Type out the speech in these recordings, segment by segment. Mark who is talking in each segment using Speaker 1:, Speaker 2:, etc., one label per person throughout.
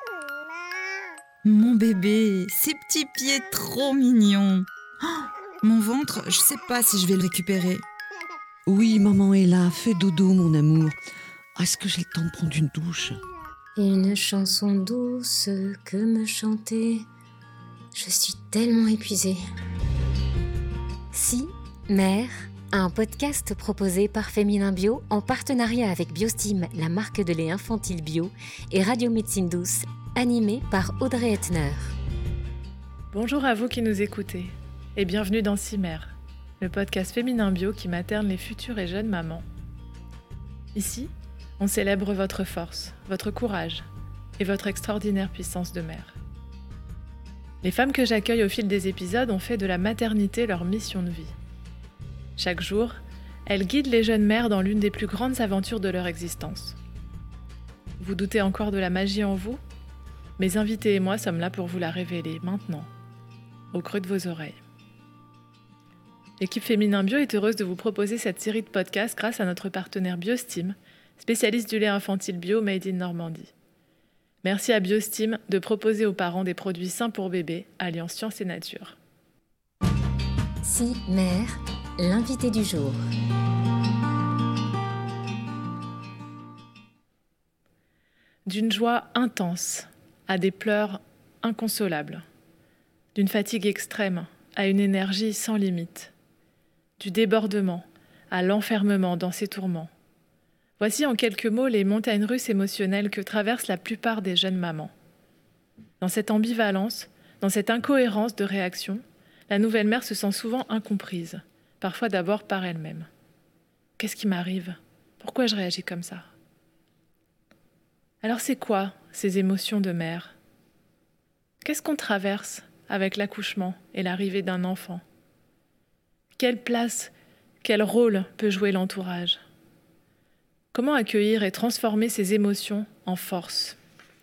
Speaker 1: Mon bébé, ses petits pieds trop mignons. Oh, mon ventre, je sais pas si je vais le récupérer.
Speaker 2: Oui, maman est là, fais dodo mon amour. Est-ce que j'ai le temps de prendre une douche ?
Speaker 3: Une chanson douce que me chanter. Je suis tellement épuisée. Si, mère, un podcast proposé par Féminin Bio en partenariat avec Biostime, la marque de lait infantile bio, et Radio Médecine Douce, animé par Audrey Hetner.
Speaker 4: Bonjour à vous qui nous écoutez et bienvenue dans Si Mère, le podcast Féminin Bio qui materne les futures et jeunes mamans. Ici, on célèbre votre force, votre courage et votre extraordinaire puissance de mère. Les femmes que j'accueille au fil des épisodes ont fait de la maternité leur mission de vie. Chaque jour, elles guident les jeunes mères dans l'une des plus grandes aventures de leur existence. Vous doutez encore de la magie en vous ? Mes invités et moi sommes là pour vous la révéler maintenant, au creux de vos oreilles. L'équipe Féminin Bio est heureuse de vous proposer cette série de podcasts grâce à notre partenaire Biostime, spécialiste du lait infantile bio made in Normandie. Merci à Biostime de proposer aux parents des produits sains pour bébés, alliant science et nature.
Speaker 3: Si, mère, l'invité du jour.
Speaker 4: D'une joie intense à des pleurs inconsolables, d'une fatigue extrême à une énergie sans limite, du débordement à l'enfermement dans ses tourments. Voici en quelques mots les montagnes russes émotionnelles que traversent la plupart des jeunes mamans. Dans cette ambivalence, dans cette incohérence de réaction, la nouvelle mère se sent souvent incomprise, parfois d'abord par elle-même. Qu'est-ce qui m'arrive ? Pourquoi je réagis comme ça ? Alors c'est quoi ces émotions de mère ? Qu'est-ce qu'on traverse avec l'accouchement et l'arrivée d'un enfant ? Quelle place, quel rôle peut jouer l'entourage ? Comment accueillir et transformer ces émotions en force ?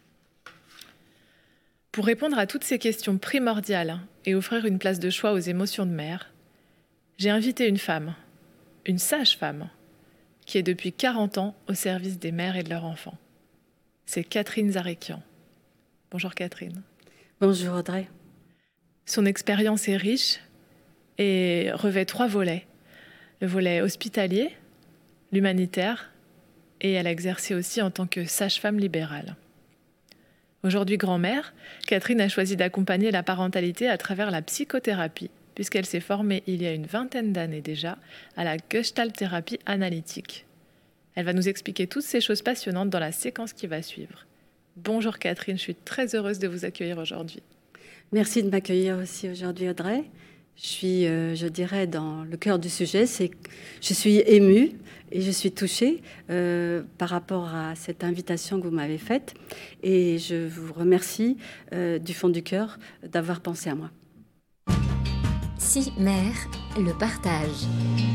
Speaker 4: Pour répondre à toutes ces questions primordiales et offrir une place de choix aux émotions de mère, j'ai invité une femme, une sage-femme, qui est depuis 40 ans au service des mères et de leurs enfants. C'est Catherine Zarekian. Bonjour Catherine.
Speaker 5: Bonjour Audrey.
Speaker 4: Son expérience est riche et revêt 3 volets. Le volet hospitalier, l'humanitaire, et elle a exercé aussi en tant que sage-femme libérale. Aujourd'hui grand-mère, Catherine a choisi d'accompagner la parentalité à travers la psychothérapie, puisqu'elle s'est formée il y a une 20aine d'années déjà à la Gestalt-thérapie analytique. Elle va nous expliquer toutes ces choses passionnantes dans la séquence qui va suivre. Bonjour Catherine, je suis très heureuse de vous accueillir aujourd'hui.
Speaker 5: Merci de m'accueillir aussi aujourd'hui Audrey. Je suis, je dirais, dans le cœur du sujet. Je suis émue et je suis touchée par rapport à cette invitation que vous m'avez faite. Et je vous remercie du fond du cœur d'avoir pensé à moi.
Speaker 3: Si, mère, le partage.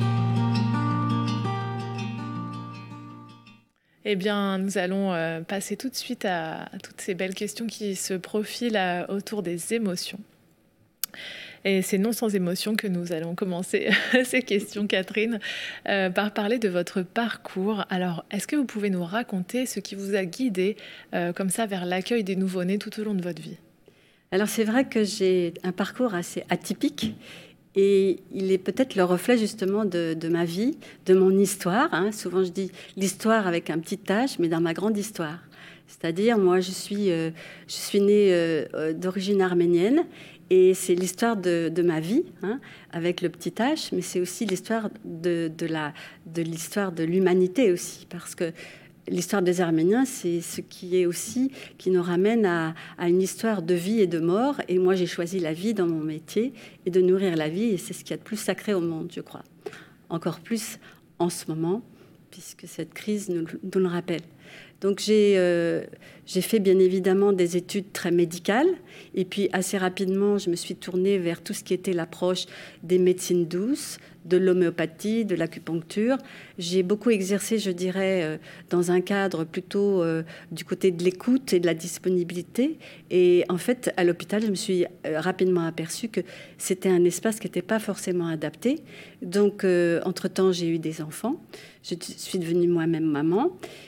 Speaker 4: Eh bien, nous allons passer tout de suite à toutes ces belles questions qui se profilent autour des émotions. Et c'est non sans émotion que nous allons commencer ces questions, Catherine, par parler de votre parcours. Alors, est-ce que vous pouvez nous raconter ce qui vous a guidé comme ça vers l'accueil des nouveau-nés tout au long de votre vie ?
Speaker 5: Alors, c'est vrai que j'ai un parcours assez atypique. Et il est peut-être le reflet justement de ma vie, de mon histoire. Souvent, je dis l'histoire avec un petit H, mais dans ma grande histoire. C'est-à-dire, moi, je suis née d'origine arménienne. Et c'est l'histoire de ma vie, avec le petit H, mais c'est aussi l'histoire de l'histoire de l'humanité aussi, parce que l'histoire des Arméniens, c'est ce qui nous ramène à une histoire de vie et de mort. Et moi, j'ai choisi la vie dans mon métier et de nourrir la vie, et c'est ce qu'il y a de plus sacré au monde, je crois. Encore plus en ce moment, puisque cette crise nous le rappelle. Donc j'ai fait bien évidemment des études très médicales et puis assez rapidement je me suis tournée vers tout ce qui était l'approche des médecines douces, de l'homéopathie, de l'acupuncture. J'ai beaucoup exercé, je dirais, dans un cadre plutôt du côté de l'écoute et de la disponibilité. Et en fait, à l'hôpital, je me suis rapidement aperçue que c'était un espace qui n'était pas forcément adapté. Donc, entre-temps, j'ai eu des enfants. Je suis devenue moi-même maman. J'ai fait une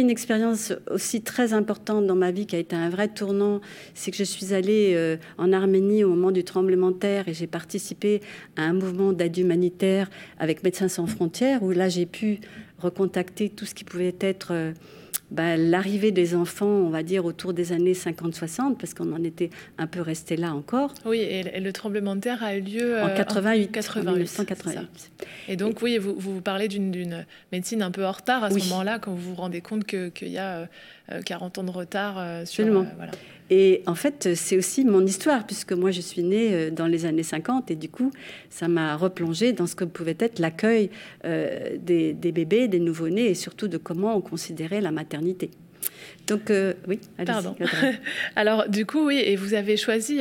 Speaker 5: une expérience aussi très importante dans ma vie qui a été un vrai tournant. C'est que je suis allée en Arménie au moment du tremblement de terre et j'ai participé à un mouvement d'aide humanitaire avec Médecins sans frontières où là j'ai pu recontacter tout ce qui pouvait être l'arrivée des enfants, on va dire, autour des années 50-60, parce qu'on en était un peu resté là encore.
Speaker 4: Oui, et le tremblement de terre a eu lieu
Speaker 5: en 88,
Speaker 4: 1988. Et donc, oui, vous parlez d'une médecine un peu en retard à ce moment-là, quand vous vous rendez compte qu'il y a 40 ans de retard sur...
Speaker 5: Voilà. Et en fait, c'est aussi mon histoire, puisque moi, je suis née dans les années 50, et du coup, ça m'a replongée dans ce que pouvait être l'accueil des bébés, des nouveau-nés, et surtout de comment on considérait la maternité. Donc, oui, allez-y.
Speaker 4: Pardon. Alors, du coup, oui, et vous avez choisi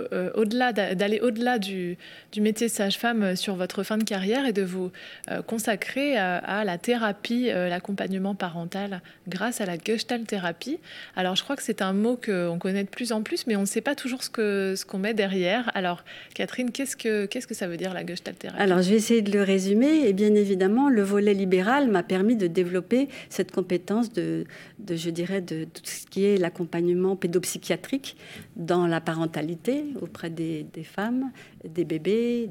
Speaker 4: d'aller au-delà du métier de sage-femme sur votre fin de carrière et de vous consacrer à la thérapie, l'accompagnement parental grâce à la Gestalt-thérapie. Alors, je crois que c'est un mot qu'on connaît de plus en plus, mais on ne sait pas toujours ce qu'on met derrière. Alors, Catherine, qu'est-ce que ça veut dire la Gestalt-thérapie ?
Speaker 5: Alors, je vais essayer de le résumer. Et bien évidemment, le volet libéral m'a permis de développer cette compétence de tout ce qui est l'accompagnement pédopsychiatrique dans la parentalité auprès des femmes, des bébés,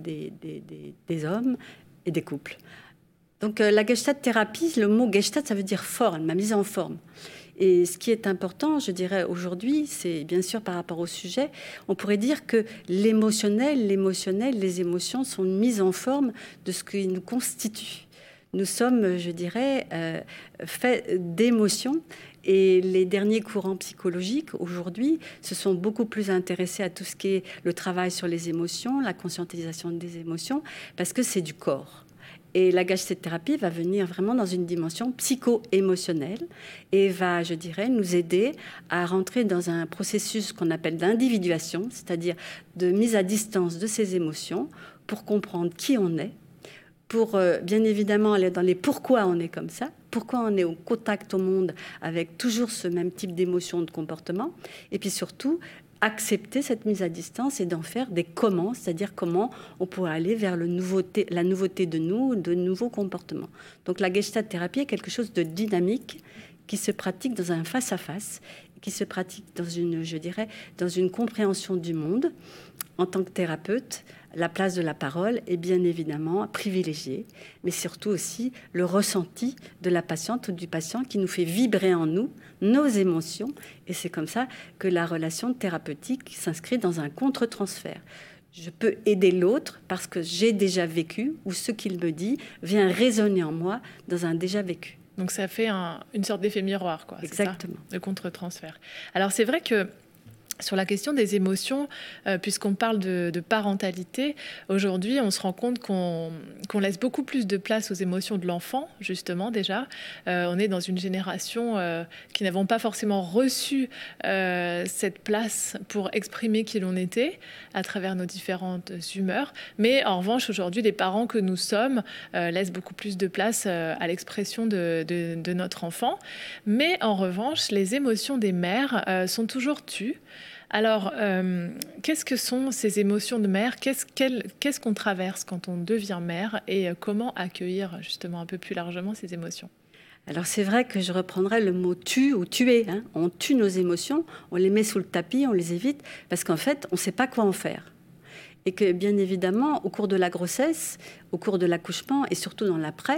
Speaker 5: des hommes et des couples. Donc la Gestalt-thérapie, le mot Gestalt, ça veut dire forme, ma mise en forme. Et ce qui est important, je dirais, aujourd'hui, c'est bien sûr par rapport au sujet, on pourrait dire que l'émotionnel, les émotions sont une mise en forme de ce qui nous constitue. Nous sommes, je dirais, faits d'émotions. Et les derniers courants psychologiques, aujourd'hui, se sont beaucoup plus intéressés à tout ce qui est le travail sur les émotions, la conscientisation des émotions, parce que c'est du corps. Et la Gestalt-thérapie va venir vraiment dans une dimension psycho-émotionnelle et va, je dirais, nous aider à rentrer dans un processus qu'on appelle d'individuation, c'est-à-dire de mise à distance de ces émotions pour comprendre qui on est, pour bien évidemment aller dans les pourquoi on est comme ça, pourquoi on est au contact au monde avec toujours ce même type d'émotion, de comportement, et puis surtout accepter cette mise à distance et d'en faire des comment, c'est-à-dire comment on pourrait aller vers la nouveauté de nous, de nouveaux comportements. Donc la Gestalt-thérapie est quelque chose de dynamique qui se pratique dans un face-à-face, qui se pratique dans une compréhension du monde en tant que thérapeute. La place de la parole est bien évidemment privilégiée, mais surtout aussi le ressenti de la patiente ou du patient qui nous fait vibrer en nous nos émotions. Et c'est comme ça que la relation thérapeutique s'inscrit dans un contre-transfert. Je peux aider l'autre parce que j'ai déjà vécu ou ce qu'il me dit vient résonner en moi dans un déjà vécu.
Speaker 4: Donc ça fait une sorte d'effet miroir, quoi.
Speaker 5: Exactement.
Speaker 4: C'est ça, le contre-transfert. Alors c'est vrai que sur la question des émotions, puisqu'on parle de parentalité, aujourd'hui, on se rend compte qu'on laisse beaucoup plus de place aux émotions de l'enfant, justement, déjà. On est dans une génération qui n'avons pas forcément reçu cette place pour exprimer qui l'on était à travers nos différentes humeurs. Mais en revanche, aujourd'hui, les parents que nous sommes laissent beaucoup plus de place à l'expression de notre enfant. Mais en revanche, les émotions des mères sont toujours tues. Alors, qu'est-ce que sont ces émotions de mère ? Qu'est-ce qu'on traverse quand on devient mère et comment accueillir justement un peu plus largement ces émotions ?
Speaker 5: Alors c'est vrai que je reprendrai le mot tue ou tuer. On tue nos émotions, on les met sous le tapis, on les évite parce qu'en fait, on ne sait pas quoi en faire. Et que bien évidemment, au cours de la grossesse, au cours de l'accouchement et surtout dans l'après,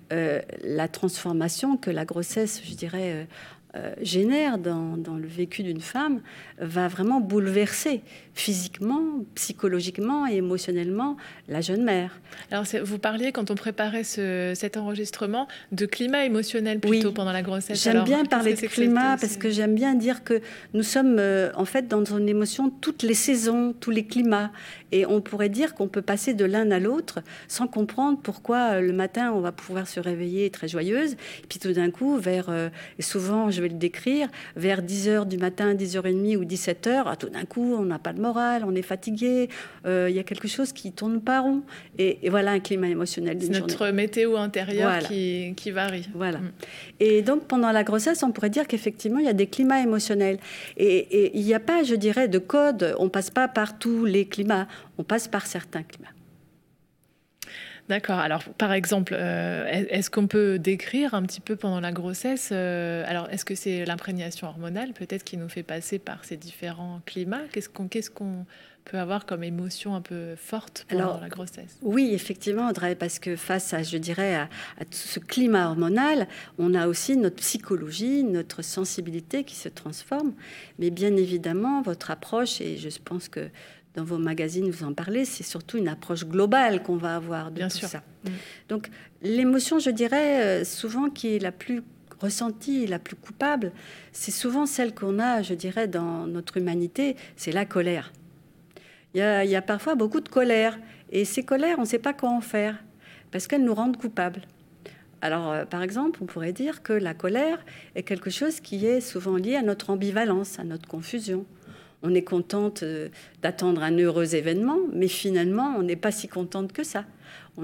Speaker 5: la transformation que la grossesse, je dirais, génère dans le vécu d'une femme va vraiment bouleverser physiquement, psychologiquement et émotionnellement la jeune mère.
Speaker 4: Alors vous parliez, quand on préparait cet enregistrement, de climat émotionnel plutôt pendant la grossesse.
Speaker 5: J'aime bien parler de climat parce que j'aime bien dire que nous sommes en fait dans une émotion toutes les saisons, tous les climats. Et on pourrait dire qu'on peut passer de l'un à l'autre sans comprendre pourquoi le matin on va pouvoir se réveiller très joyeuse. Et puis tout d'un coup, et souvent je vais le décrire, vers 10h du matin, 10h30 ou 17h, tout d'un coup on n'a pas de morale, on est fatigué, il y a quelque chose qui tourne pas rond. Et voilà un climat émotionnel d'une journée.
Speaker 4: C'est notre météo intérieure qui varie.
Speaker 5: Voilà. Et donc pendant la grossesse, on pourrait dire qu'effectivement il y a des climats émotionnels. Et il n'y a pas, je dirais, de code, on passe pas par tous les climats, on passe par certains climats.
Speaker 4: D'accord. Alors, par exemple, est-ce qu'on peut décrire un petit peu pendant la grossesse alors, est-ce que c'est l'imprégnation hormonale peut-être qui nous fait passer par ces différents climats? Qu'est-ce qu'on peut avoir comme émotion un peu forte pendant la grossesse?
Speaker 5: Oui, effectivement, Audrey, parce que face à, je dirais, à tout ce climat hormonal, on a aussi notre psychologie, notre sensibilité qui se transforme. Mais bien évidemment, votre approche, et je pense que dans vos magazines, vous en parlez, c'est surtout une approche globale qu'on va avoir de
Speaker 4: Bien
Speaker 5: tout
Speaker 4: sûr.
Speaker 5: ça. Donc, l'émotion, je dirais, souvent qui est la plus ressentie, la plus coupable, c'est souvent celle qu'on a, je dirais, dans notre humanité, c'est la colère. Il y a parfois beaucoup de colère. Et ces colères, on ne sait pas quoi en faire, parce qu'elles nous rendent coupables. Alors, par exemple, on pourrait dire que la colère est quelque chose qui est souvent lié à notre ambivalence, à notre confusion. On est contente d'attendre un heureux événement, mais finalement, on n'est pas si contente que ça.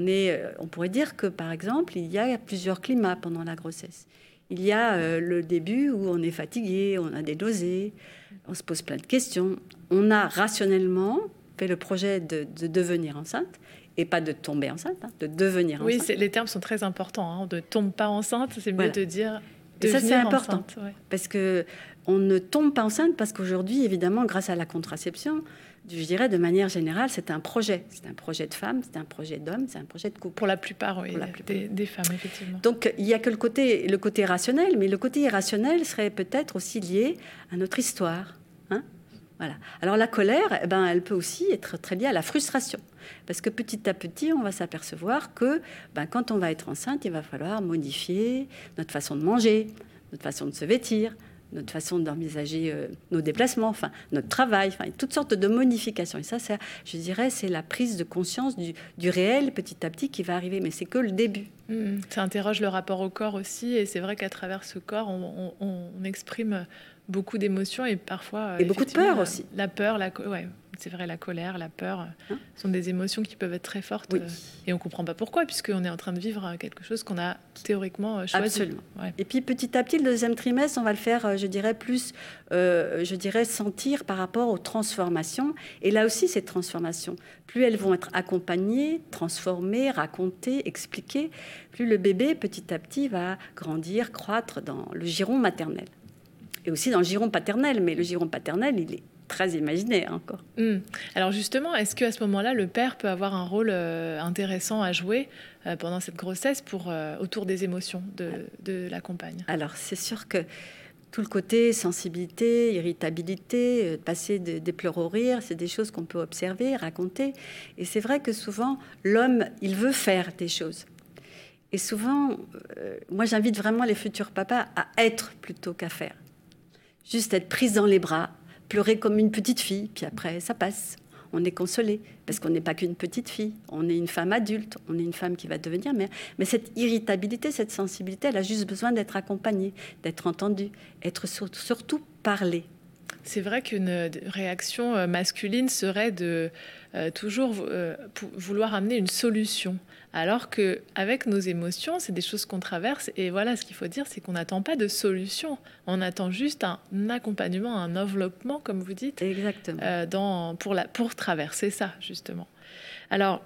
Speaker 5: On pourrait dire que, par exemple, il y a plusieurs climats pendant la grossesse. Il y a le début où on est fatigué, on a des nausées, on se pose plein de questions. On a rationnellement fait le projet de devenir enceinte, et pas de tomber enceinte, de devenir enceinte.
Speaker 4: Oui, les termes sont très importants. Hein. De tombe pas enceinte, c'est mieux de dire
Speaker 5: et ça, c'est important,
Speaker 4: ouais.
Speaker 5: Parce qu'on ne tombe pas enceinte, parce qu'aujourd'hui, évidemment, grâce à la contraception, je dirais de manière générale, c'est un projet. C'est un projet de femme, c'est un projet d'homme, c'est un projet de couple.
Speaker 4: Pour la plupart, oui, des femmes, effectivement.
Speaker 5: Donc, il n'y a que le côté rationnel, mais le côté irrationnel serait peut-être aussi lié à notre histoire. Hein, voilà. Alors, la colère, elle peut aussi être très liée à la frustration. Parce que petit à petit, on va s'apercevoir que quand on va être enceinte, il va falloir modifier notre façon de manger, notre façon de se vêtir, notre façon d'envisager nos déplacements, notre travail, toutes sortes de modifications. Et ça, je dirais, c'est la prise de conscience du réel petit à petit qui va arriver. Mais c'est que le début.
Speaker 4: Ça interroge le rapport au corps aussi. Et c'est vrai qu'à travers ce corps, on exprime beaucoup d'émotions et parfois...
Speaker 5: Et beaucoup de peur aussi.
Speaker 4: La peur, c'est vrai, la colère, la peur sont des émotions qui peuvent être très fortes.
Speaker 5: Oui.
Speaker 4: Et on ne comprend pas pourquoi, puisqu'on est en train de vivre quelque chose qu'on a théoriquement choisi.
Speaker 5: Absolument.
Speaker 4: Ouais.
Speaker 5: Et puis petit à petit, le deuxième trimestre, on va le faire, je dirais, plus, sentir par rapport aux transformations. Et là aussi, ces transformations, plus elles vont être accompagnées, transformées, racontées, expliquées, plus le bébé, petit à petit, va grandir, croître dans le giron maternel. Et aussi dans le giron paternel. Mais le giron paternel, il est très imaginaire encore.
Speaker 4: Alors justement, est-ce qu'à ce moment-là, le père peut avoir un rôle intéressant à jouer pendant cette grossesse autour des émotions de la compagne?
Speaker 5: Alors c'est sûr que tout le côté sensibilité, irritabilité, passer des pleurs au rire, c'est des choses qu'on peut observer, raconter. Et c'est vrai que souvent, l'homme, il veut faire des choses. Et souvent, moi j'invite vraiment les futurs papas à être plutôt qu'à faire. Juste être prise dans les bras, pleurer comme une petite fille, puis après, ça passe. On est consolé, parce qu'on n'est pas qu'une petite fille. On est une femme adulte, on est une femme qui va devenir mère. Mais cette irritabilité, cette sensibilité, elle a juste besoin d'être accompagnée, d'être entendue, être surtout parlée.
Speaker 4: C'est vrai qu'une réaction masculine serait de toujours vouloir amener une solution. Alors qu'avec nos émotions, c'est des choses qu'on traverse. Et voilà, ce qu'il faut dire, c'est qu'on n'attend pas de solution. On attend juste un accompagnement, un enveloppement, comme vous dites.
Speaker 5: Exactement.
Speaker 4: Pour traverser ça, justement. Alors,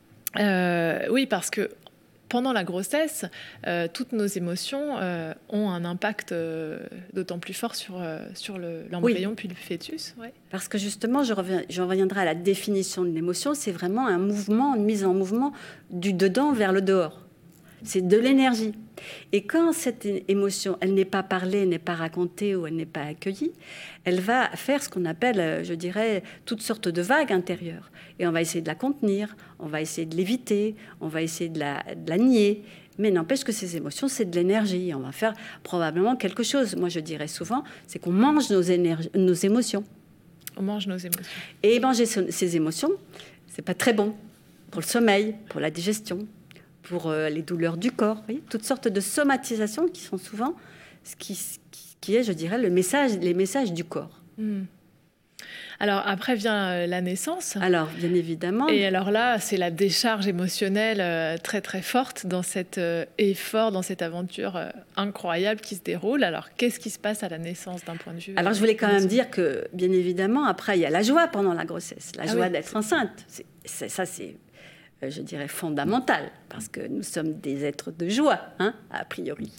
Speaker 4: oui, parce que pendant la grossesse, toutes nos émotions ont un impact d'autant plus fort sur l'embryon puis le fœtus. Ouais.
Speaker 5: Parce que justement, je reviendrai à la définition de l'émotion, c'est vraiment un mouvement, une mise en mouvement du dedans vers le dehors. C'est de l'énergie. Et quand cette émotion, elle n'est pas parlée, n'est pas racontée ou elle n'est pas accueillie, elle va faire ce qu'on appelle, je dirais, toutes sortes de vagues intérieures. Et on va essayer de la contenir, on va essayer de l'éviter, on va essayer de la nier. Mais n'empêche que ces émotions, c'est de l'énergie. On va faire probablement quelque chose. Moi, je dirais souvent, c'est qu'on mange nos émotions.
Speaker 4: On mange nos émotions.
Speaker 5: Et manger ces émotions, c'est pas très bon pour le sommeil, pour la digestion, pour les douleurs du corps, vous voyez, toutes sortes de somatisations qui sont souvent ce qui est, je dirais, les messages du corps.
Speaker 4: Alors après vient la naissance.
Speaker 5: Alors bien évidemment.
Speaker 4: Et alors là, c'est la décharge émotionnelle très très forte dans cet effort, dans cette aventure incroyable qui se déroule. Alors qu'est-ce qui se passe à la naissance d'un point de vue
Speaker 5: Alors je voulais quand même dire que bien évidemment, après il y a la joie pendant la grossesse, la joie d'être enceinte. Ça c'est je dirais, fondamentale, parce que nous sommes des êtres de joie, a priori.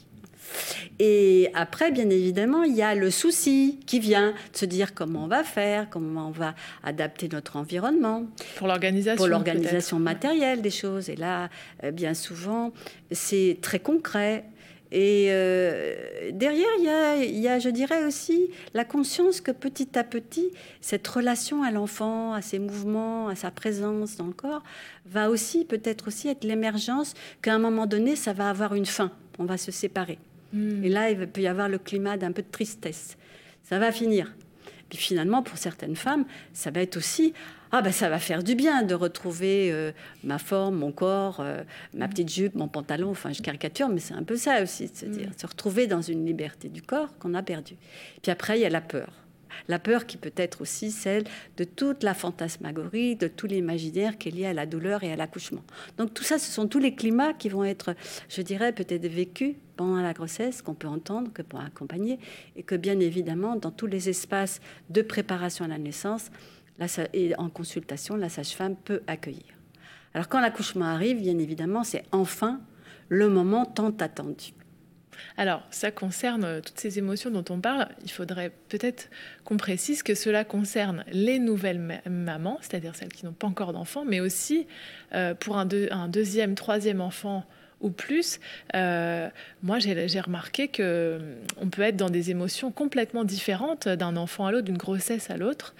Speaker 5: Et après, bien évidemment, il y a le souci qui vient de se dire comment on va faire, comment on va adapter notre environnement.
Speaker 4: Pour l'organisation
Speaker 5: matérielle des choses. Et là, bien souvent, c'est très concret. Et derrière, il y a, je dirais aussi, la conscience que petit à petit, cette relation à l'enfant, à ses mouvements, à sa présence dans le corps, va aussi peut-être aussi être l'émergence qu'à un moment donné, ça va avoir une fin. On va se séparer. Et là, il peut y avoir le climat d'un peu de tristesse. Ça va finir. Puis finalement, pour certaines femmes, ça va être aussi... ça va faire du bien de retrouver ma forme, mon corps, ma petite jupe, mon pantalon. Enfin, je caricature, mais c'est un peu ça aussi, de se retrouver dans une liberté du corps qu'on a perdue. Puis après, il y a la peur. La peur qui peut être aussi celle de toute la fantasmagorie, de tout l'imaginaire qui est lié à la douleur et à l'accouchement. Donc tout ça, ce sont tous les climats qui vont être, je dirais, peut-être vécus pendant la grossesse, qu'on peut entendre, que pour accompagner, et que bien évidemment, dans tous les espaces de préparation à la naissance, et en consultation, la sage-femme peut accueillir. Alors quand l'accouchement arrive, bien évidemment, c'est enfin le moment tant attendu.
Speaker 4: Alors, ça concerne toutes ces émotions dont on parle. Il faudrait peut-être qu'on précise que cela concerne les nouvelles mamans, c'est-à-dire celles qui n'ont pas encore d'enfant, mais aussi pour un deuxième, troisième enfant ou plus. Moi, j'ai remarqué qu'on peut être dans des émotions complètement différentes d'un enfant à l'autre, d'une grossesse à l'autre.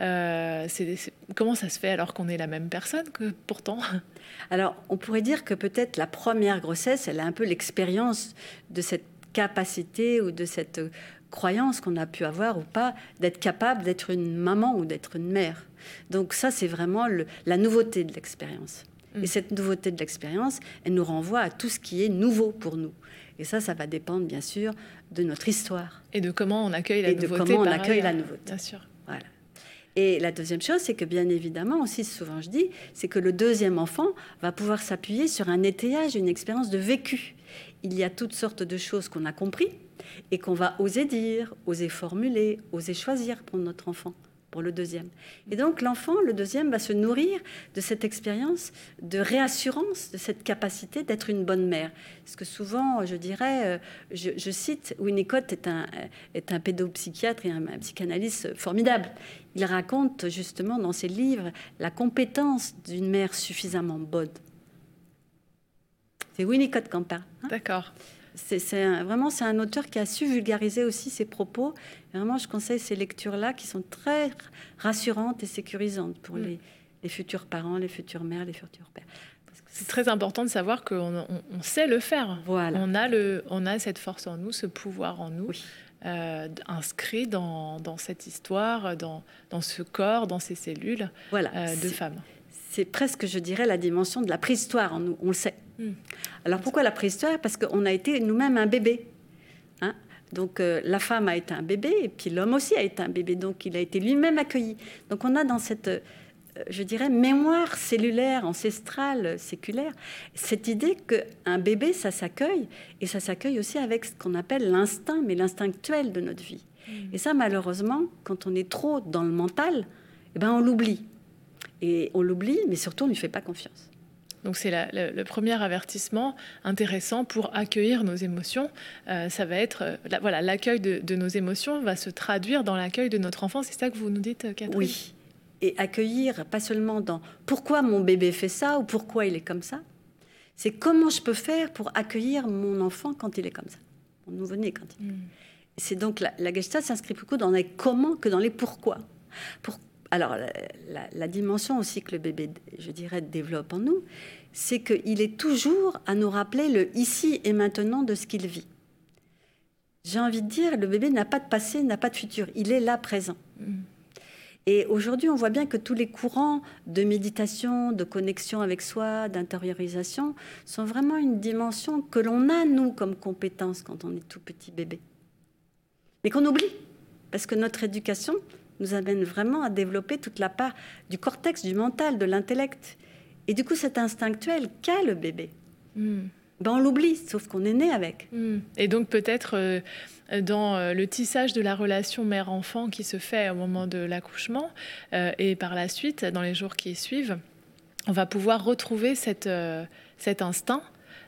Speaker 4: Comment ça se fait alors qu'on est la même personne que pourtant?
Speaker 5: Alors, on pourrait dire que peut-être la première grossesse, elle a un peu l'expérience de cette capacité ou de cette croyance qu'on a pu avoir ou pas, d'être capable d'être une maman ou d'être une mère. Donc ça, c'est vraiment la nouveauté de l'expérience. Et cette nouveauté de l'expérience, elle nous renvoie à tout ce qui est nouveau pour nous. Et ça va dépendre, bien sûr, de notre histoire.
Speaker 4: Et de comment on accueille la nouveauté.
Speaker 5: Et de comment on accueille la nouveauté.
Speaker 4: Bien sûr.
Speaker 5: Voilà. Et la deuxième chose, c'est que, bien évidemment, aussi souvent je dis, c'est que le deuxième enfant va pouvoir s'appuyer sur un étayage, une expérience de vécu. Il y a toutes sortes de choses qu'on a compris et qu'on va oser dire, oser formuler, oser choisir pour notre enfant. Pour le deuxième. Et donc l'enfant, le deuxième, va se nourrir de cette expérience de réassurance, de cette capacité d'être une bonne mère. Parce que souvent, je dirais, je cite, Winnicott est un pédopsychiatre et un psychanalyste formidable. Il raconte justement dans ses livres la compétence d'une mère suffisamment bonne. C'est Winnicott qui en parle.
Speaker 4: D'accord.
Speaker 5: C'est un auteur qui a su vulgariser aussi ses propos. Et vraiment, je conseille ces lectures-là qui sont très rassurantes et sécurisantes pour les futurs parents, les futures mères, les futurs pères.
Speaker 4: C'est très important de savoir qu'on sait le faire.
Speaker 5: Voilà.
Speaker 4: On a cette force en nous, ce pouvoir en nous, oui. Inscrit dans cette histoire, dans ce corps, dans ces cellules de femmes.
Speaker 5: C'est presque, je dirais, la dimension de la préhistoire en nous, on le sait. Alors pourquoi la préhistoire? Parce qu'on a été nous-mêmes un bébé. Donc la femme a été un bébé et puis l'homme aussi a été un bébé. Donc il a été lui-même accueilli. Donc on a dans cette, je dirais, mémoire cellulaire, ancestrale, séculaire, cette idée qu'un bébé, ça s'accueille. Et ça s'accueille aussi avec ce qu'on appelle l'instinct, mais l'instinctuel de notre vie. Et ça, malheureusement, quand on est trop dans le mental, on l'oublie. Et on l'oublie, mais surtout, on ne lui fait pas confiance.
Speaker 4: Donc c'est le premier avertissement intéressant pour accueillir nos émotions. Ça va être, l'accueil de nos émotions va se traduire dans l'accueil de notre enfant. C'est ça que vous nous dites, Catherine?
Speaker 5: Oui. Et accueillir, pas seulement dans pourquoi mon bébé fait ça ou pourquoi il est comme ça. C'est comment je peux faire pour accueillir mon enfant quand il est comme ça. Mon nouveau-né quand il est. C'est donc la Gestalt s'inscrit beaucoup dans les comment que dans les pourquoi. Alors, la dimension aussi que le bébé, je dirais, développe en nous, c'est qu'il est toujours à nous rappeler le ici et maintenant de ce qu'il vit. J'ai envie de dire, le bébé n'a pas de passé, n'a pas de futur. Il est là, présent. Et aujourd'hui, on voit bien que tous les courants de méditation, de connexion avec soi, d'intériorisation, sont vraiment une dimension que l'on a, nous, comme compétence quand on est tout petit bébé. Mais qu'on oublie, parce que notre éducation nous amène vraiment à développer toute la part du cortex, du mental, de l'intellect. Et du coup, cet instinctuel qu'a le bébé, on l'oublie, sauf qu'on est né avec.
Speaker 4: Et donc peut-être dans le tissage de la relation mère-enfant qui se fait au moment de l'accouchement et par la suite, dans les jours qui suivent, on va pouvoir retrouver cet instinct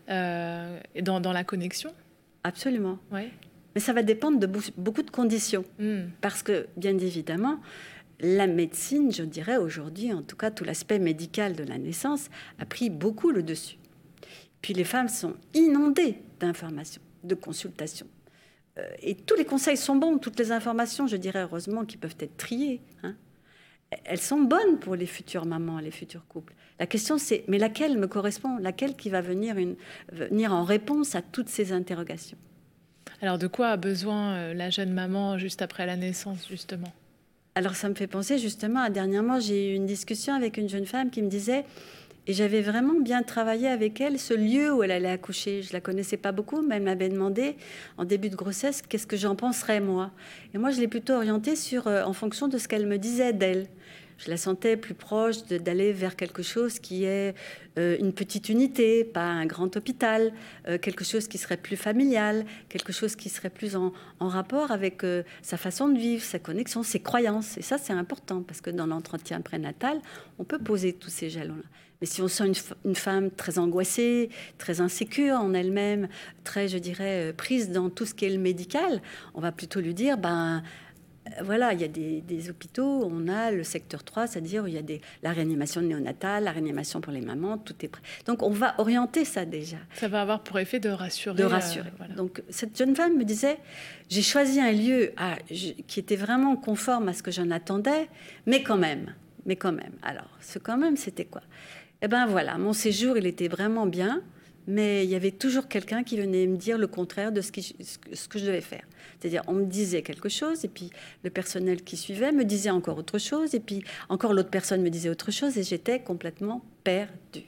Speaker 4: dans la connexion.
Speaker 5: Absolument.
Speaker 4: Ouais.
Speaker 5: Mais ça va dépendre de beaucoup de conditions. Parce que, bien évidemment, la médecine, je dirais aujourd'hui, en tout cas tout l'aspect médical de la naissance, a pris beaucoup le dessus. Puis les femmes sont inondées d'informations, de consultations. Et tous les conseils sont bons, toutes les informations, je dirais heureusement, qui peuvent être triées. Elles sont bonnes pour les futures mamans, les futurs couples. La question c'est, mais laquelle me correspond ? Laquelle qui va venir en réponse à toutes ces interrogations ?
Speaker 4: Alors de quoi a besoin la jeune maman juste après la naissance, justement ?
Speaker 5: Alors ça me fait penser justement, dernièrement j'ai eu une discussion avec une jeune femme qui me disait, et j'avais vraiment bien travaillé avec elle, ce lieu où elle allait accoucher. Je ne la connaissais pas beaucoup, mais elle m'avait demandé en début de grossesse qu'est-ce que j'en penserais moi. Et moi je l'ai plutôt orientée en fonction de ce qu'elle me disait d'elle. Je la sentais plus proche d'aller vers quelque chose qui est une petite unité, pas un grand hôpital, quelque chose qui serait plus familial, quelque chose qui serait plus en rapport avec sa façon de vivre, sa connexion, ses croyances. Et ça, c'est important, parce que dans l'entretien prénatal, on peut poser tous ces jalons-là. Mais si on sent une femme très angoissée, très insécure en elle-même, très, je dirais, prise dans tout ce qui est le médical, on va plutôt lui dire, voilà, il y a des hôpitaux, on a le secteur 3, c'est-à-dire il y a la réanimation néonatale, la réanimation pour les mamans, tout est prêt. Donc on va orienter ça déjà.
Speaker 4: Ça va avoir pour effet de rassurer.
Speaker 5: Voilà. Donc cette jeune femme me disait, j'ai choisi un lieu qui était vraiment conforme à ce que j'en attendais, mais quand même. Alors, ce quand même, c'était quoi ? Eh bien voilà, mon séjour, il était vraiment bien, mais il y avait toujours quelqu'un qui venait me dire le contraire de ce que je devais faire. C'est-à-dire, on me disait quelque chose, et puis le personnel qui suivait me disait encore autre chose, et puis encore l'autre personne me disait autre chose, et j'étais complètement perdue.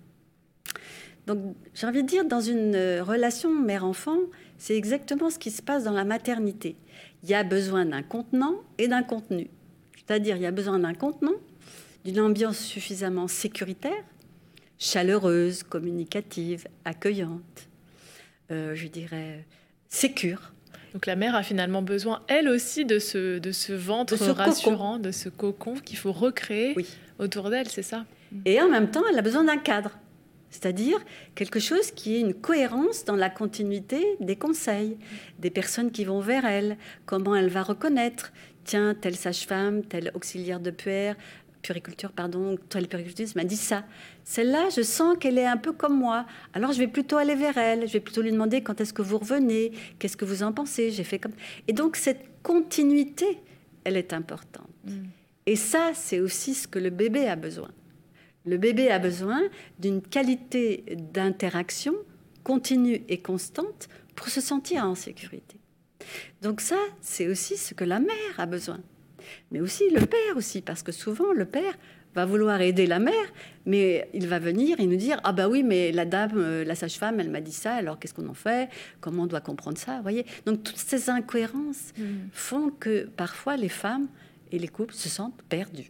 Speaker 5: Donc, j'ai envie de dire, dans une relation mère-enfant, c'est exactement ce qui se passe dans la maternité. Il y a besoin d'un contenant et d'un contenu. C'est-à-dire, il y a besoin d'un contenant, d'une ambiance suffisamment sécuritaire, chaleureuse, communicative, accueillante, je dirais sécure.
Speaker 4: Donc la mère a finalement besoin, elle aussi, de ce ventre rassurant, de ce cocon qu'il faut recréer autour d'elle, c'est ça ?
Speaker 5: Et en même temps, elle a besoin d'un cadre, c'est-à-dire quelque chose qui ait une cohérence dans la continuité des conseils, des personnes qui vont vers elle, comment elle va reconnaître, tiens, telle sage-femme, tel auxiliaire de puériculture, telle puéricultrice m'a dit ça. Celle-là, je sens qu'elle est un peu comme moi. Alors, je vais plutôt aller vers elle. Je vais plutôt lui demander quand est-ce que vous revenez, qu'est-ce que vous en pensez. J'ai fait comme... Et donc, cette continuité, elle est importante. Et ça, c'est aussi ce que le bébé a besoin. Le bébé a besoin d'une qualité d'interaction continue et constante pour se sentir en sécurité. Donc ça, c'est aussi ce que la mère a besoin. Mais aussi le père aussi, parce que souvent le père va vouloir aider la mère, mais il va venir et nous dire « Ah bah oui, mais la dame, la sage-femme, elle m'a dit ça, alors qu'est-ce qu'on en fait ? Comment on doit comprendre ça ?» Voyez ? Donc toutes ces incohérences font que parfois les femmes et les couples se sentent perdus.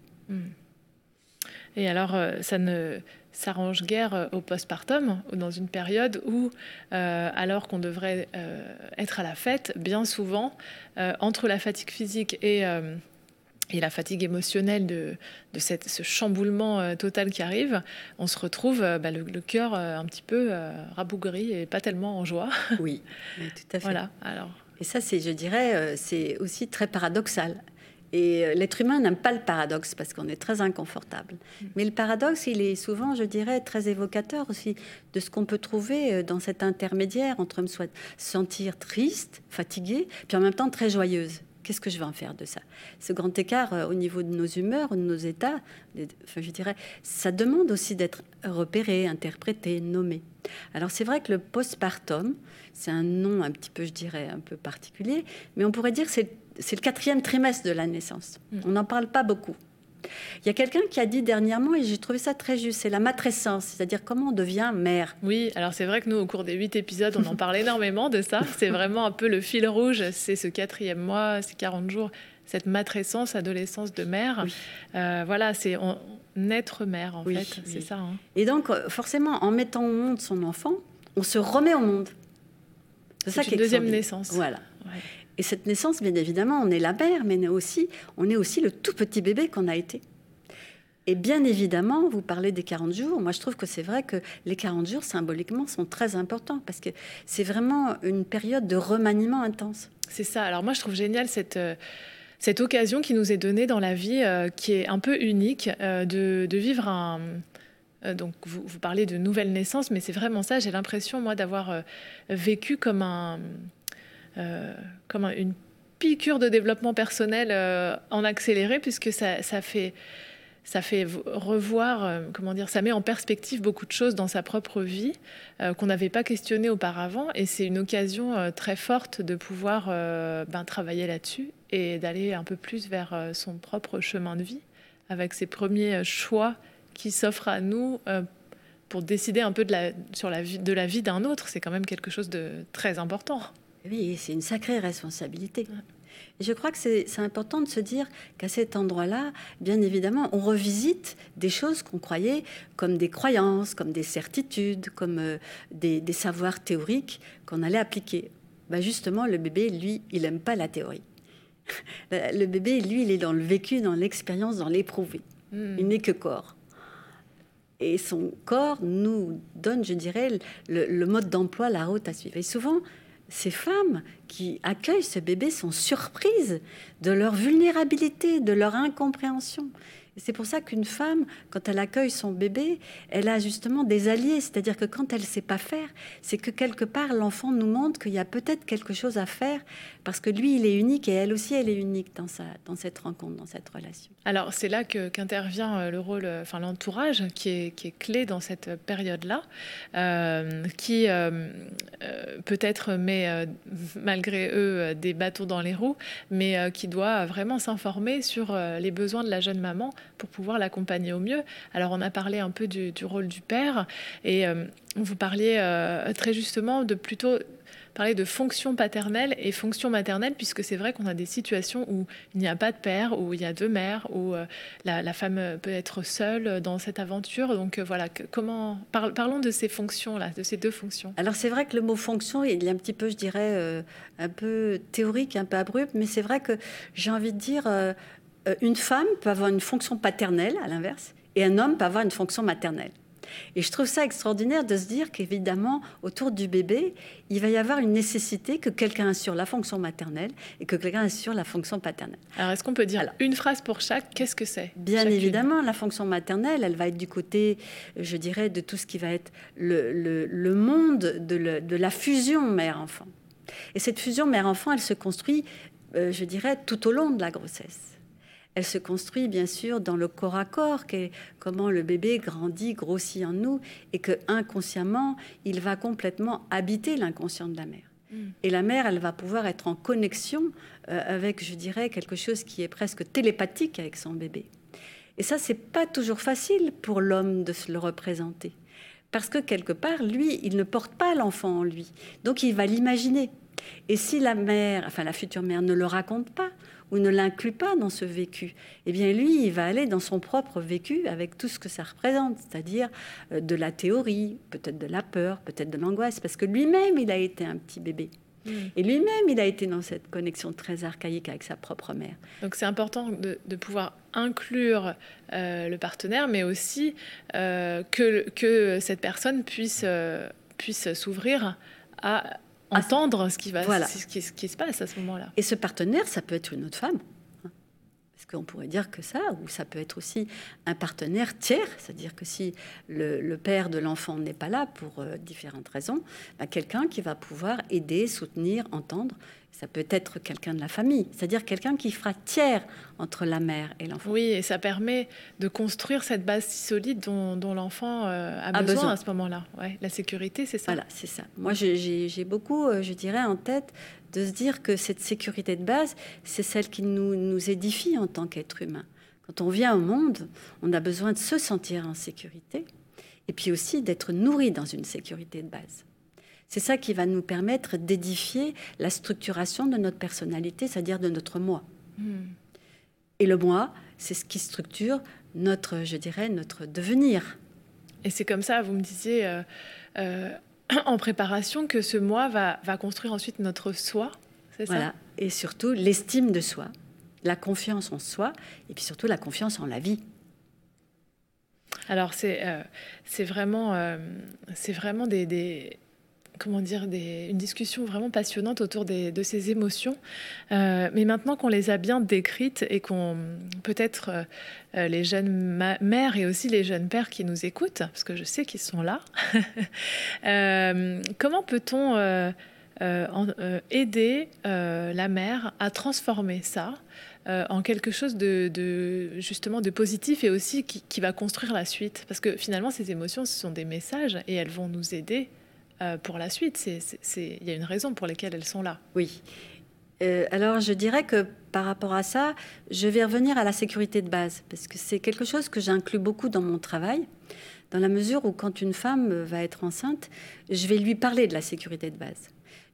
Speaker 4: Et alors, ça ne s'arrange guère au postpartum, dans une période où, alors qu'on devrait être à la fête, bien souvent, entre la fatigue physique et la fatigue émotionnelle de ce chamboulement total qui arrive, on se retrouve le cœur un petit peu rabougri et pas tellement en joie.
Speaker 5: Oui, tout à fait.
Speaker 4: Voilà, alors...
Speaker 5: Et ça, je dirais, c'est aussi très paradoxal. Et l'être humain n'aime pas le paradoxe parce qu'on est très inconfortable. Mais le paradoxe, il est souvent, je dirais, très évocateur aussi de ce qu'on peut trouver dans cet intermédiaire entre me sentir triste, fatiguée, puis en même temps très joyeuse. Qu'est-ce que je vais en faire de ça ? Ce grand écart au niveau de nos humeurs, de nos états, je dirais, ça demande aussi d'être repéré, interprété, nommé. Alors c'est vrai que le postpartum, c'est un nom un petit peu, je dirais, un peu particulier, mais on pourrait dire que c'est le 4e trimestre de la naissance. On n'en parle pas beaucoup. Il y a quelqu'un qui a dit dernièrement, et j'ai trouvé ça très juste, c'est la matrescence, c'est-à-dire comment on devient mère.
Speaker 4: Oui, alors c'est vrai que nous, au cours des 8 épisodes, on en parle énormément de ça. C'est vraiment un peu le fil rouge, c'est ce 4e mois, ces 40 jours, cette matrescence, adolescence de mère. Oui. Voilà, c'est naître mère, en fait, c'est ça. Hein.
Speaker 5: Et donc, forcément, en mettant au monde son enfant, on se remet au monde.
Speaker 4: C'est ça qui est deuxième naissance.
Speaker 5: Voilà. Ouais. Et cette naissance, bien évidemment, on est la mère, mais on est aussi le tout petit bébé qu'on a été. Et bien évidemment, vous parlez des 40 jours. Moi, je trouve que c'est vrai que les 40 jours, symboliquement, sont très importants parce que c'est vraiment une période de remaniement intense.
Speaker 4: C'est ça. Alors moi, je trouve génial cette occasion qui nous est donnée dans la vie, qui est un peu unique, de vivre un... donc vous parlez de nouvelle naissance, mais c'est vraiment ça. J'ai l'impression, moi, d'avoir vécu comme une piqûre de développement personnel en accéléré, puisque ça fait revoir, ça met en perspective beaucoup de choses dans sa propre vie qu'on n'avait pas questionnées auparavant. Et c'est une occasion très forte de pouvoir travailler là-dessus et d'aller un peu plus vers son propre chemin de vie, avec ses premiers choix qui s'offrent à nous pour décider un peu de la vie d'un autre. C'est quand même quelque chose de très important.
Speaker 5: Oui, c'est une sacrée responsabilité. Et je crois que c'est important de se dire qu'à cet endroit-là, bien évidemment, on revisite des choses qu'on croyait comme des croyances, comme des certitudes, comme des savoirs théoriques qu'on allait appliquer. Justement, le bébé, lui, il n'aime pas la théorie. Le bébé, lui, il est dans le vécu, dans l'expérience, dans l'éprouvé. Il n'est que corps. Et son corps nous donne, je dirais, le mode d'emploi, la route à suivre. Et souvent, ces femmes qui accueillent ce bébé sont surprises de leur vulnérabilité, de leur incompréhension. Et c'est pour ça qu'une femme, quand elle accueille son bébé, elle a justement des alliés. C'est-à-dire que quand elle ne sait pas faire, c'est que quelque part, l'enfant nous montre qu'il y a peut-être quelque chose à faire parce que lui, il est unique et elle aussi, elle est unique dans cette rencontre, dans cette relation.
Speaker 4: Alors, c'est là qu'intervient le rôle, l'entourage qui est clé dans cette période-là, qui peut-être met, malgré eux, des bâtons dans les roues, mais qui doit vraiment s'informer sur les besoins de la jeune maman pour pouvoir l'accompagner au mieux. Alors, on a parlé un peu du rôle du père, et vous parliez très justement de plutôt parler de fonction paternelle et fonction maternelle, puisque c'est vrai qu'on a des situations où il n'y a pas de père, où il y a deux mères, où la femme peut être seule dans cette aventure. Donc voilà, parlons de ces fonctions-là, de ces deux fonctions.
Speaker 5: Alors c'est vrai que le mot fonction, il est un petit peu, je dirais, un peu théorique, un peu abrupt, mais c'est vrai que j'ai envie de dire, une femme peut avoir une fonction paternelle, à l'inverse, et un homme peut avoir une fonction maternelle. Et je trouve ça extraordinaire de se dire qu'évidemment, autour du bébé, il va y avoir une nécessité que quelqu'un assure la fonction maternelle et que quelqu'un assure la fonction paternelle.
Speaker 4: Alors, est-ce qu'on peut dire une phrase pour chaque? Qu'est-ce que c'est?
Speaker 5: Bien chacune. Évidemment, la fonction maternelle, elle va être du côté, je dirais, de tout ce qui va être le monde de la fusion mère-enfant. Et cette fusion mère-enfant, elle se construit, je dirais, tout au long de la grossesse. Elle se construit bien sûr dans le corps à corps, qui est comment le bébé grandit, grossit en nous, et que inconsciemment, il va complètement habiter l'inconscient de la mère. Et la mère, elle va pouvoir être en connexion avec, je dirais, quelque chose qui est presque télépathique avec son bébé. Et ça, c'est pas toujours facile pour l'homme de se le représenter, parce que quelque part, lui, il ne porte pas l'enfant en lui, donc il va l'imaginer. Et si la mère, enfin la future mère, ne le raconte pas ou ne l'inclut pas dans ce vécu, eh bien lui, il va aller dans son propre vécu avec tout ce que ça représente, c'est-à-dire de la théorie, peut-être de la peur, peut-être de l'angoisse, parce que lui-même, il a été un petit bébé. Et lui-même, il a été dans cette connexion très archaïque avec sa propre mère.
Speaker 4: Donc c'est important de pouvoir inclure le partenaire, mais aussi que cette personne puisse s'ouvrir à entendre ce qui se passe à ce moment-là.
Speaker 5: Et ce partenaire, ça peut être une autre femme. Parce qu'on pourrait dire que ça, ou ça peut être aussi un partenaire tiers, c'est-à-dire que si le père de l'enfant n'est pas là pour différentes raisons, quelqu'un qui va pouvoir aider, soutenir, entendre. Ça peut être quelqu'un de la famille, c'est-à-dire quelqu'un qui fera tiers entre la mère et l'enfant.
Speaker 4: Oui, et ça permet de construire cette base si solide dont l'enfant a besoin à ce moment-là. Ouais, la sécurité, c'est ça.
Speaker 5: Voilà, c'est ça. Moi, j'ai beaucoup, je dirais, en tête de se dire que cette sécurité de base, c'est celle qui nous édifie en tant qu'être humain. Quand on vient au monde, on a besoin de se sentir en sécurité et puis aussi d'être nourri dans une sécurité de base. C'est ça qui va nous permettre d'édifier la structuration de notre personnalité, c'est-à-dire de notre moi. Et le moi, c'est ce qui structure notre devenir.
Speaker 4: Et c'est comme ça, vous me disiez en préparation, que ce moi va construire ensuite notre soi, c'est ça?
Speaker 5: Voilà, et surtout l'estime de soi, la confiance en soi, et puis surtout la confiance en la vie.
Speaker 4: Alors, c'est vraiment une discussion vraiment passionnante autour de ces émotions. Mais maintenant qu'on les a bien décrites et qu'on peut-être les jeunes mères et aussi les jeunes pères qui nous écoutent, parce que je sais qu'ils sont là, comment peut-on aider la mère à transformer ça en quelque chose justement de positif et aussi qui va construire la suite? Parce que finalement, ces émotions, ce sont des messages et elles vont nous aider pour la suite. Il y a une raison pour laquelle elles sont là.
Speaker 5: Oui. Alors, je dirais que par rapport à ça, je vais revenir à la sécurité de base, parce que c'est quelque chose que j'inclus beaucoup dans mon travail, dans la mesure où quand une femme va être enceinte, je vais lui parler de la sécurité de base.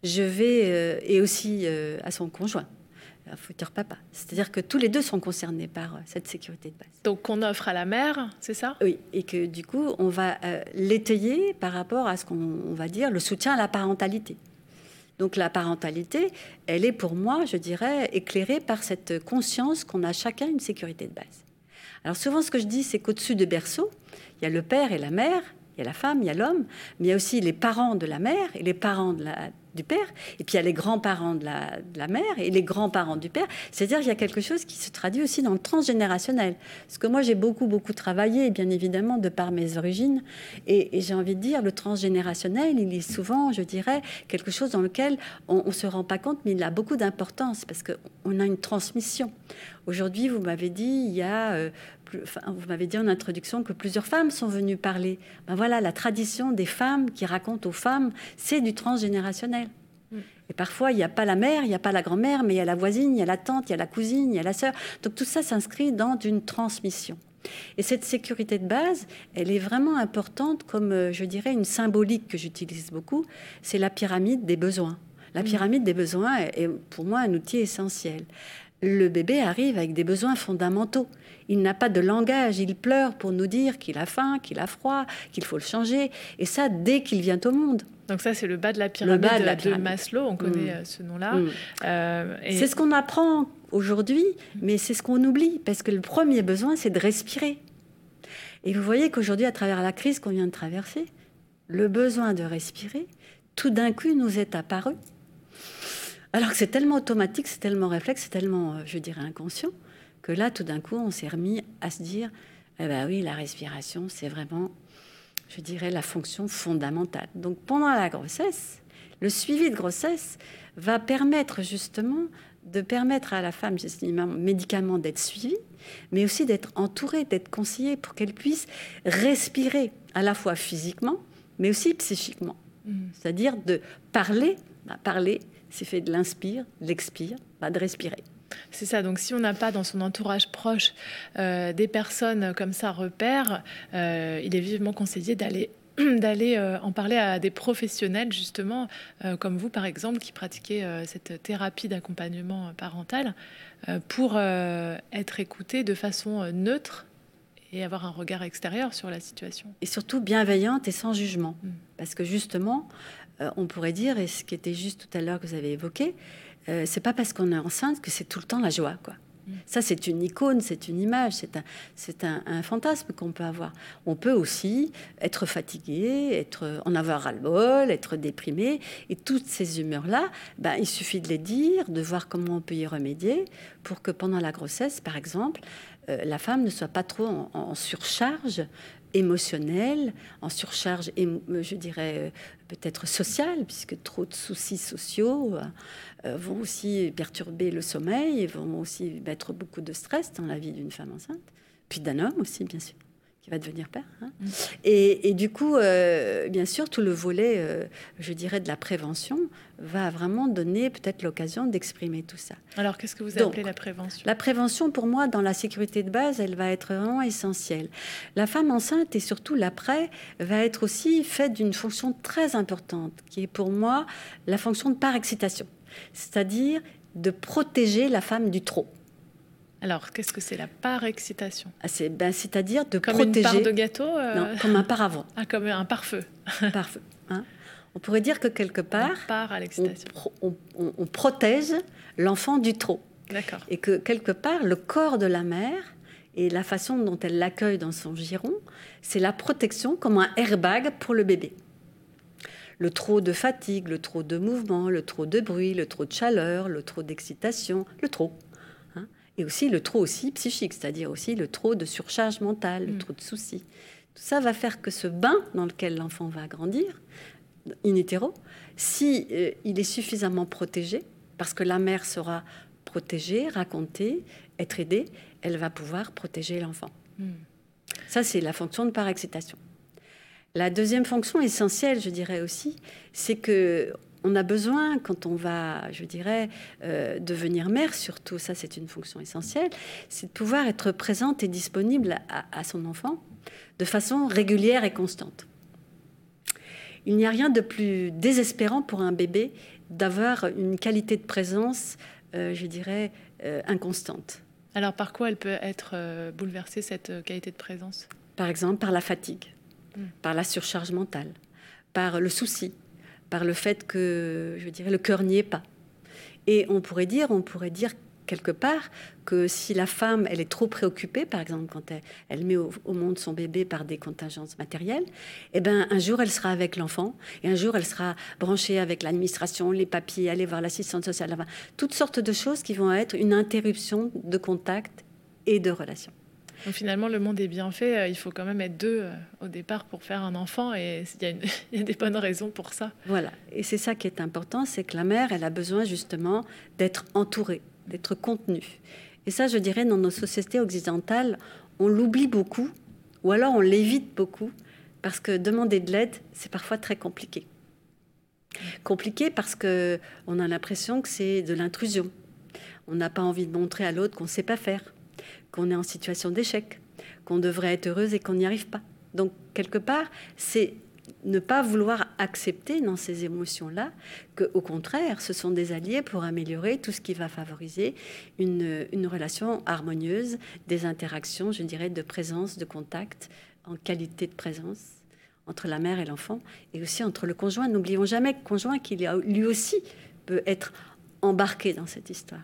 Speaker 5: Et aussi à son conjoint, un futur papa. C'est-à-dire que tous les deux sont concernés par cette sécurité de base.
Speaker 4: Donc, qu'on offre à la mère, c'est ça?
Speaker 5: Oui, et que du coup, on va l'étayer par rapport à ce qu'on va dire le soutien à la parentalité. Donc la parentalité, elle est pour moi, je dirais, éclairée par cette conscience qu'on a chacun une sécurité de base. Alors souvent, ce que je dis, c'est qu'au-dessus du berceau, il y a le père et la mère, il y a la femme, il y a l'homme, mais il y a aussi les parents de la mère et les parents du père, et puis il y a les grands-parents de la mère et les grands-parents du père. C'est-à-dire qu'il y a quelque chose qui se traduit aussi dans le transgénérationnel. Parce que moi, j'ai beaucoup travaillé, bien évidemment, de par mes origines. Et j'ai envie de dire, le transgénérationnel, il est souvent, je dirais, quelque chose dans lequel on ne se rend pas compte, mais il a beaucoup d'importance parce qu'on a une transmission. Aujourd'hui, vous m'avez dit, vous m'avez dit en introduction que plusieurs femmes sont venues parler. Ben voilà, la tradition des femmes qui racontent aux femmes, c'est du transgénérationnel. Et parfois, il n'y a pas la mère, il n'y a pas la grand-mère, mais il y a la voisine, il y a la tante, il y a la cousine, il y a la sœur. Donc tout ça s'inscrit dans une transmission. Et cette sécurité de base, elle est vraiment importante comme, je dirais, une symbolique que j'utilise beaucoup. C'est la pyramide des besoins. La pyramide des besoins est pour moi un outil essentiel. Le bébé arrive avec des besoins fondamentaux. Il n'a pas de langage, il pleure pour nous dire qu'il a faim, qu'il a froid, qu'il faut le changer. Et ça, dès qu'il vient au monde.
Speaker 4: Donc ça, c'est le bas de la pyramide, de Maslow, on connaît ce nom-là.
Speaker 5: C'est ce qu'on apprend aujourd'hui, mais c'est ce qu'on oublie, parce que le premier besoin, c'est de respirer. Et vous voyez qu'aujourd'hui, à travers la crise qu'on vient de traverser, le besoin de respirer, tout d'un coup, nous est apparu. Alors que c'est tellement automatique, c'est tellement réflexe, c'est tellement, je dirais, inconscient, que là, tout d'un coup, on s'est remis à se dire, eh ben oui, la respiration, c'est vraiment, je dirais, la fonction fondamentale. Donc, pendant la grossesse, le suivi de grossesse va permettre justement de permettre à la femme, médicalement, d'être suivie, mais aussi d'être entourée, d'être conseillée pour qu'elle puisse respirer à la fois physiquement, mais aussi psychiquement. C'est-à-dire de parler, c'est fait de l'inspire, de l'expire, de respirer.
Speaker 4: C'est ça, donc si on n'a pas dans son entourage proche des personnes comme ça repères, il est vivement conseillé d'aller en parler à des professionnels justement, comme vous par exemple, qui pratiquez cette thérapie d'accompagnement parental pour être écouté de façon neutre et avoir un regard extérieur sur la situation.
Speaker 5: Et surtout bienveillante et sans jugement. Parce que justement, on pourrait dire, et ce qui était juste tout à l'heure que vous avez évoqué, c'est pas parce qu'on est enceinte que c'est tout le temps la joie, quoi. Ça, c'est une icône, c'est une image, c'est un fantasme qu'on peut avoir. On peut aussi être fatigué, en avoir ras-le-bol, être déprimé. Et toutes ces humeurs-là, il suffit de les dire, de voir comment on peut y remédier pour que pendant la grossesse, par exemple, la femme ne soit pas trop en surcharge émotionnelle, en surcharge, je dirais, peut-être sociale, puisque trop de soucis sociaux vont aussi perturber le sommeil et vont aussi mettre beaucoup de stress dans la vie d'une femme enceinte, puis d'un homme aussi, bien sûr, qui va devenir père. Et du coup, bien sûr, tout le volet, je dirais, de la prévention va vraiment donner peut-être l'occasion d'exprimer tout ça.
Speaker 4: Alors, qu'est-ce que vous appelez la prévention ?
Speaker 5: La prévention, pour moi, dans la sécurité de base, elle va être vraiment essentielle. La femme enceinte et surtout l'après va être aussi faite d'une fonction très importante, qui est pour moi la fonction de par-excitation, c'est-à-dire de protéger la femme du trop.
Speaker 4: Alors, qu'est-ce que c'est la par-excitation ?
Speaker 5: C'est-à-dire de
Speaker 4: comme
Speaker 5: protéger...
Speaker 4: Comme une part de gâteau
Speaker 5: Non, comme un paravent.
Speaker 4: Comme un pare-feu.
Speaker 5: Pare-feu, hein. On pourrait dire que quelque part, on protège l'enfant du trop.
Speaker 4: D'accord.
Speaker 5: Et que quelque part, le corps de la mère Et la façon dont elle l'accueille dans son giron, c'est la protection comme un airbag pour le bébé. Le trop de fatigue, le trop de mouvement, le trop de bruit, le trop de chaleur, le trop d'excitation, le trop. Et aussi le trop aussi psychique, c'est-à-dire aussi le trop de surcharge mentale, le trop de soucis. Tout ça va faire que ce bain dans lequel l'enfant va grandir, in utero, si il est suffisamment protégé, parce que la mère sera protégée, racontée, être aidée, elle va pouvoir protéger l'enfant. Ça, c'est la fonction de parexcitation. La deuxième fonction essentielle, je dirais aussi, c'est que on a besoin, quand on va, je dirais, devenir mère, surtout, ça c'est une fonction essentielle, c'est de pouvoir être présente et disponible à son enfant de façon régulière et constante. Il n'y a rien de plus désespérant pour un bébé d'avoir une qualité de présence, je dirais, inconstante.
Speaker 4: Alors par quoi elle peut être bouleversée, cette qualité de présence ?
Speaker 5: Par exemple, par la fatigue, par la surcharge mentale, par le souci, par le fait que, je dirais, le cœur n'y est pas. Et on pourrait dire quelque part que si la femme, elle est trop préoccupée, par exemple, quand elle met au monde son bébé par des contingences matérielles, eh ben, un jour, elle sera avec l'enfant, et un jour, elle sera branchée avec l'administration, les papiers, aller voir l'assistante sociale, enfin, toutes sortes de choses qui vont être une interruption de contact et de relation.
Speaker 4: Donc finalement, le monde est bien fait. Il faut quand même être deux au départ pour faire un enfant, et il y a des bonnes raisons pour ça.
Speaker 5: Voilà, et c'est ça qui est important, c'est que la mère, elle a besoin justement d'être entourée, d'être contenue. Et ça, je dirais, dans nos sociétés occidentales, on l'oublie beaucoup, ou alors on l'évite beaucoup, parce que demander de l'aide, c'est parfois très compliqué. Compliqué parce qu'on a l'impression que c'est de l'intrusion. On n'a pas envie de montrer à l'autre qu'on ne sait pas faire, qu'on est en situation d'échec, qu'on devrait être heureuse et qu'on n'y arrive pas. Donc, quelque part, c'est ne pas vouloir accepter dans ces émotions-là qu'au contraire, ce sont des alliés pour améliorer tout ce qui va favoriser une relation harmonieuse, des interactions, je dirais, de présence, de contact, en qualité de présence entre la mère et l'enfant, et aussi entre le conjoint. N'oublions jamais que le conjoint, lui aussi, peut être embarqué dans cette histoire.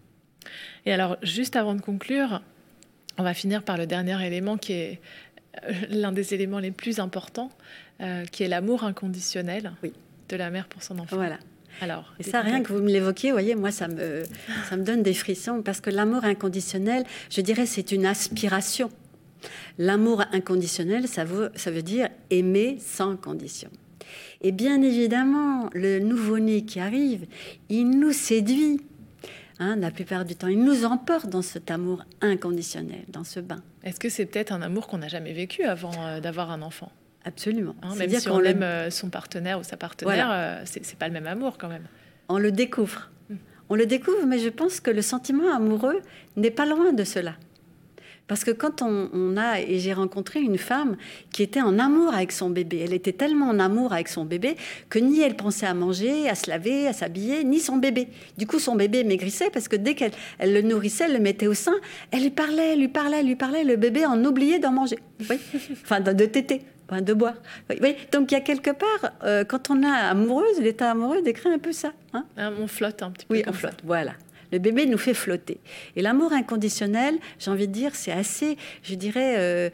Speaker 4: Et alors, juste avant de conclure, on va finir par le dernier élément qui est l'un des éléments les plus importants, qui est l'amour inconditionnel de la mère pour son enfant.
Speaker 5: Voilà.
Speaker 4: Alors,
Speaker 5: et ça, rien que vous me l'évoquiez, vous voyez, moi, ça me donne des frissons, parce que l'amour inconditionnel, je dirais, c'est une aspiration. L'amour inconditionnel, ça veut dire aimer sans condition. Et bien évidemment, le nouveau-né qui arrive, il nous séduit. La plupart du temps, il nous emporte dans cet amour inconditionnel, dans ce bain.
Speaker 4: Est-ce que c'est peut-être un amour qu'on n'a jamais vécu avant d'avoir un enfant ?
Speaker 5: Absolument.
Speaker 4: Même si on aime son partenaire ou sa partenaire, voilà. C'est pas le même amour quand même.
Speaker 5: On le découvre. On le découvre, mais je pense que le sentiment amoureux n'est pas loin de cela. Parce que quand et j'ai rencontré une femme qui était en amour avec son bébé. Elle était tellement en amour avec son bébé que ni elle pensait à manger, à se laver, à s'habiller, ni son bébé. Du coup, son bébé maigrissait parce que dès qu'elle le nourrissait, elle le mettait au sein, elle lui parlait, le bébé en oubliait d'en manger. Oui. Enfin, de téter, de boire. Oui. Donc, il y a quelque part, quand on est amoureuse, l'état amoureux décrit un peu ça.
Speaker 4: On flotte un petit peu.
Speaker 5: Oui, on flotte, voilà. Le bébé nous fait flotter. Et l'amour inconditionnel, j'ai envie de dire, c'est assez, je dirais,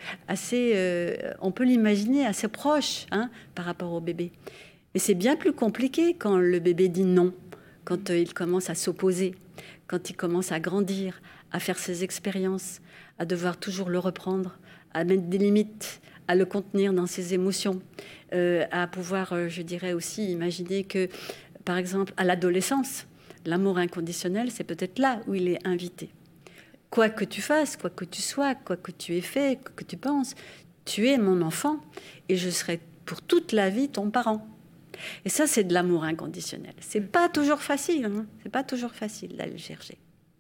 Speaker 5: on peut l'imaginer assez proche par rapport au bébé. Mais c'est bien plus compliqué quand le bébé dit non, quand il commence à s'opposer, quand il commence à grandir, à faire ses expériences, à devoir toujours le reprendre, à mettre des limites, à le contenir dans ses émotions, à pouvoir, je dirais aussi, imaginer que, par exemple, à l'adolescence, l'amour inconditionnel, c'est peut-être là où il est invité. Quoi que tu fasses, quoi que tu sois, quoi que tu aies fait, quoi que tu penses, tu es mon enfant et je serai pour toute la vie ton parent. Et ça, c'est de l'amour inconditionnel. C'est pas toujours facile, c'est pas toujours facile d'aller le chercher.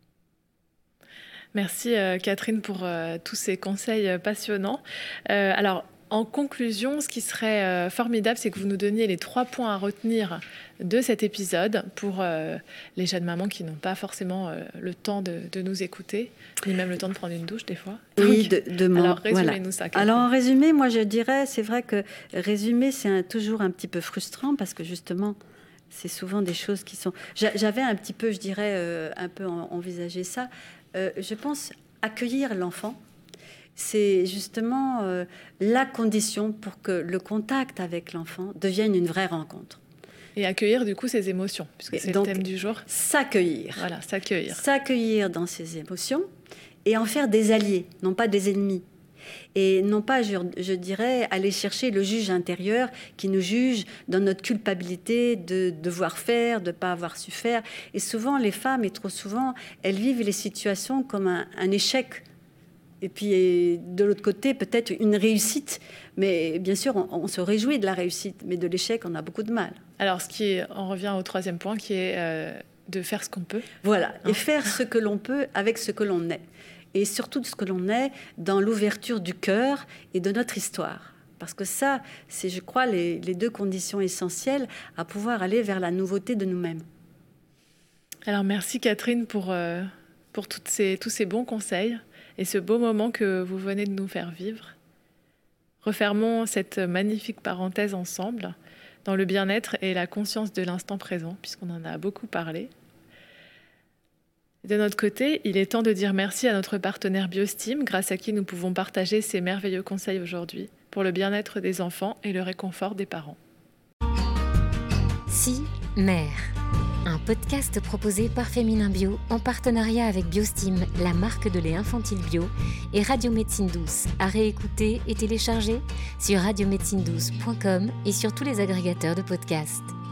Speaker 4: Merci Catherine pour tous ces conseils passionnants. Alors, en conclusion, ce qui serait formidable, c'est que vous nous donniez les 3 points à retenir de cet épisode pour les jeunes mamans qui n'ont pas forcément le temps de nous écouter, ni même le temps de prendre une douche des fois.
Speaker 5: Oui,
Speaker 4: alors résumez-nous ça. Catherine.
Speaker 5: Alors en résumé, moi je dirais, c'est vrai que résumer, c'est toujours un petit peu frustrant parce que justement, c'est souvent des choses qui sont... J'avais un petit peu, je dirais, un peu envisagé ça. Je pense accueillir l'enfant c'est justement la condition pour que le contact avec l'enfant devienne une vraie rencontre.
Speaker 4: Et accueillir du coup ses émotions, puisque c'est
Speaker 5: donc,
Speaker 4: le thème du jour.
Speaker 5: S'accueillir.
Speaker 4: Voilà, s'accueillir.
Speaker 5: S'accueillir dans ses émotions et en faire des alliés, non pas des ennemis. Et non pas, je dirais, aller chercher le juge intérieur qui nous juge dans notre culpabilité de devoir faire, de ne pas avoir su faire. Et souvent, les femmes, et trop souvent, elles vivent les situations comme un échec. Et puis, de l'autre côté, peut-être une réussite. Mais bien sûr, on se réjouit de la réussite. Mais de l'échec, on a beaucoup de mal.
Speaker 4: Alors, on revient au troisième point, qui est de faire ce qu'on peut.
Speaker 5: Voilà, et faire ce que l'on peut avec ce que l'on est. Et surtout de ce que l'on est dans l'ouverture du cœur et de notre histoire. Parce que ça, c'est, je crois, les deux conditions essentielles à pouvoir aller vers la nouveauté de nous-mêmes.
Speaker 4: Alors, merci Catherine pour tous ces bons conseils et ce beau moment que vous venez de nous faire vivre. Refermons cette magnifique parenthèse ensemble dans le bien-être et la conscience de l'instant présent, puisqu'on en a beaucoup parlé. De notre côté, il est temps de dire merci à notre partenaire Biostime, grâce à qui nous pouvons partager ces merveilleux conseils aujourd'hui pour le bien-être des enfants et le réconfort des parents.
Speaker 3: Si, mère, un podcast proposé par Féminin Bio en partenariat avec Biostime, la marque de lait infantile bio, et Radio Médecine Douce, à réécouter et télécharger sur radiomédecinedouce.com et sur tous les agrégateurs de podcasts.